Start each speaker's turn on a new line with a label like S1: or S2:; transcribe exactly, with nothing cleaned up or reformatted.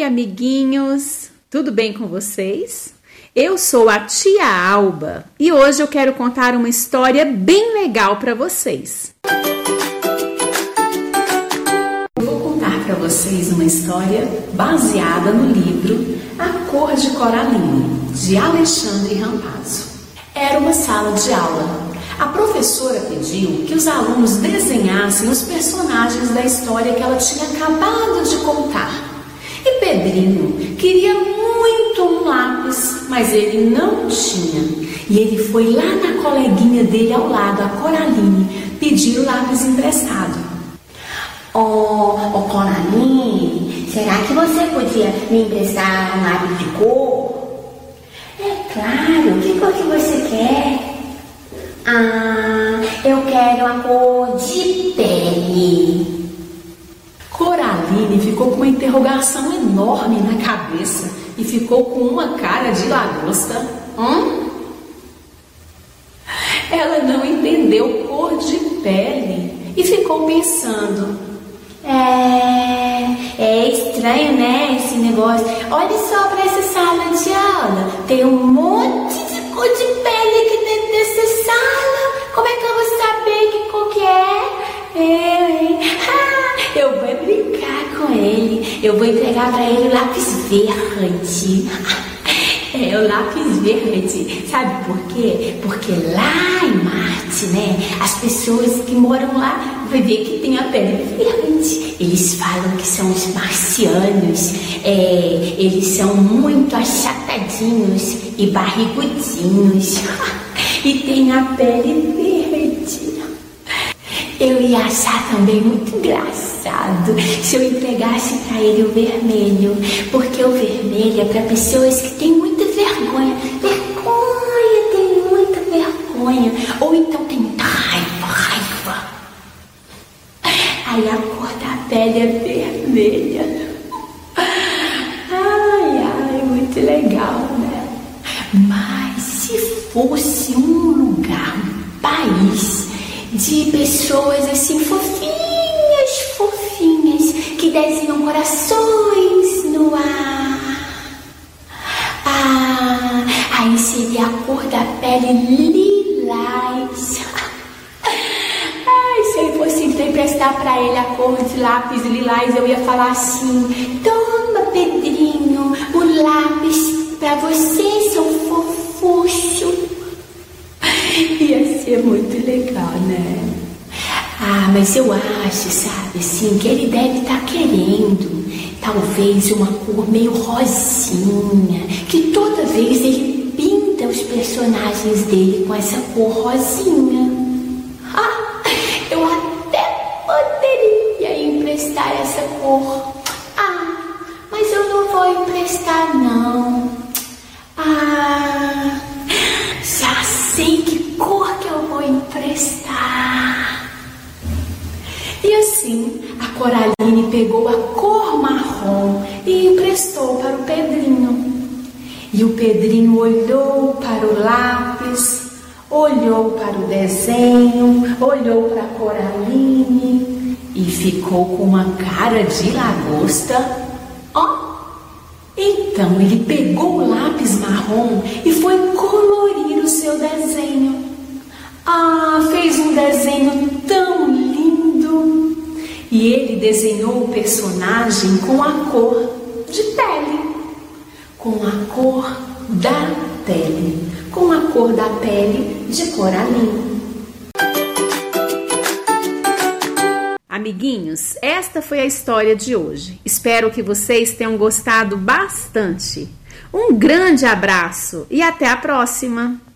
S1: amiguinhos! Tudo bem com vocês? Eu sou a tia Alba e hoje eu quero contar uma história bem legal para vocês. Eu vou contar para vocês uma história baseada no livro A Cor de Coraline, de Alexandre Rampazzo. Era uma sala de aula. A professora pediu que os alunos desenhassem os personagens da história que ela tinha acabado de contar. E Pedrinho queria muito um lápis, mas ele não tinha. E ele foi lá na coleguinha dele ao lado, a Coraline, pedir o lápis emprestado.
S2: Ô, oh, oh, Coraline, será que você podia me emprestar um lápis de cor? É claro, que cor que você quer? Ah, eu quero a cor de pele.
S1: Coraline ficou com uma interrogação enorme na cabeça e ficou com uma cara de lagosta. Hum? Ela não entendeu cor de pele e ficou pensando.
S2: É, é estranho, né, esse negócio. Olha só para essa sala de aula. Tem um monte de cor de pele aqui dentro dessa sala. Como é que eu vou saber que cor que é? Eu, hein? Ah, eu vou brincar com ele. Eu vou entregar para ele o lápis verde. É, o lápis verde. Sabe por quê? Porque lá em Marte, né, as pessoas que moram lá vai ver que tem a pele verde. Eles falam que são os marcianos. É, eles são muito achatadinhos e barrigudinhos. E tem a pele verde. Eu ia achar também muito engraçado se eu entregasse para ele o vermelho, porque o vermelho é para pessoas que têm muita vergonha. Vergonha, tem muita vergonha. Ou então tem muita raiva, raiva. Aí a cor da pele é vermelha. Ai, ai, muito legal, né? Mas se fosse um lugar, um país de pessoas assim fofinhas, fofinhas, que desenham corações no ar. Ah, aí seria a cor da pele lilás. Ai, se eu fosse emprestar para ele a cor de lápis lilás, eu ia falar assim: toma, Pedrinho, o lápis para você, seu fofucho. Ia ser muito legal, né? Ah, mas eu acho, sabe, assim, que ele deve estar querendo talvez uma cor meio rosinha, que toda vez ele pinta os personagens dele com essa cor rosinha. Ah, eu até poderia emprestar essa cor. Ah, mas eu não vou emprestar, não. Ah, já sei que cor que eu vou emprestar. E assim, a Coraline pegou a cor marrom e emprestou para o Pedrinho. E o Pedrinho olhou para o lápis, olhou para o desenho, olhou para a Coraline e ficou com uma cara de lagosta. Ó! Oh, então ele pegou o lápis marrom e foi colorir o seu desenho. Ah, fez um desenho tão lindo! E ele desenhou o personagem com a cor de pele, com a cor da pele, com a cor da pele de Coraline.
S1: Amiguinhos, esta foi a história de hoje. Espero que vocês tenham gostado bastante. Um grande abraço e até a próxima!